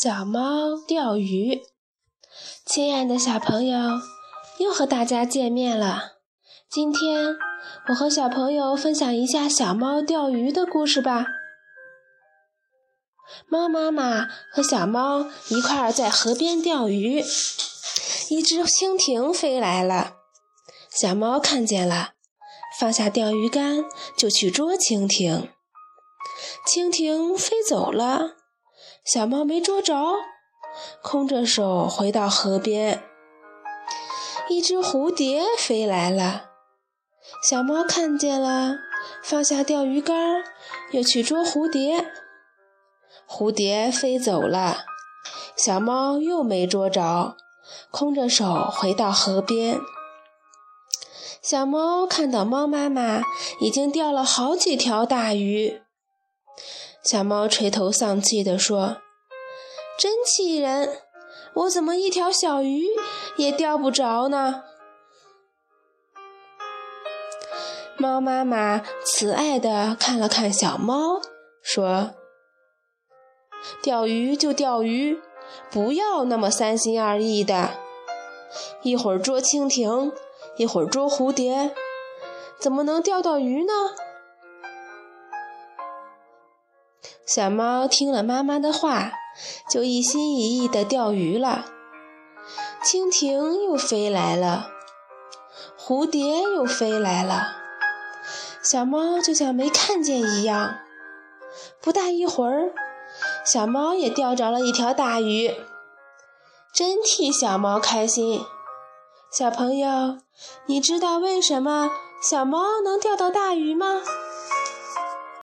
小猫钓鱼。亲爱的小朋友，又和大家见面了。今天我和小朋友分享一下小猫钓鱼的故事吧。猫妈妈和小猫一块儿在河边钓鱼，一只蜻蜓飞来了，小猫看见了，放下钓鱼竿就去捉蜻蜓。蜻蜓飞走了，小猫没捉着，空着手回到河边。一只蝴蝶飞来了，小猫看见了，放下钓鱼竿又去捉蝴蝶。蝴蝶飞走了，小猫又没捉着，空着手回到河边。小猫看到猫妈妈已经钓了好几条大鱼，小猫垂头丧气地说：真气人，我怎么一条小鱼也钓不着呢？猫妈妈慈爱地看了看小猫，说：钓鱼就钓鱼，不要那么三心二意的，一会儿捉蜻蜓，一会儿捉蝴蝶，怎么能钓到鱼呢？小猫听了妈妈的话，就一心一意地钓鱼了。蜻蜓又飞来了，蝴蝶又飞来了，小猫就像没看见一样。不大一会儿，小猫也钓着了一条大鱼，真替小猫开心。小朋友，你知道为什么小猫能钓到大鱼吗？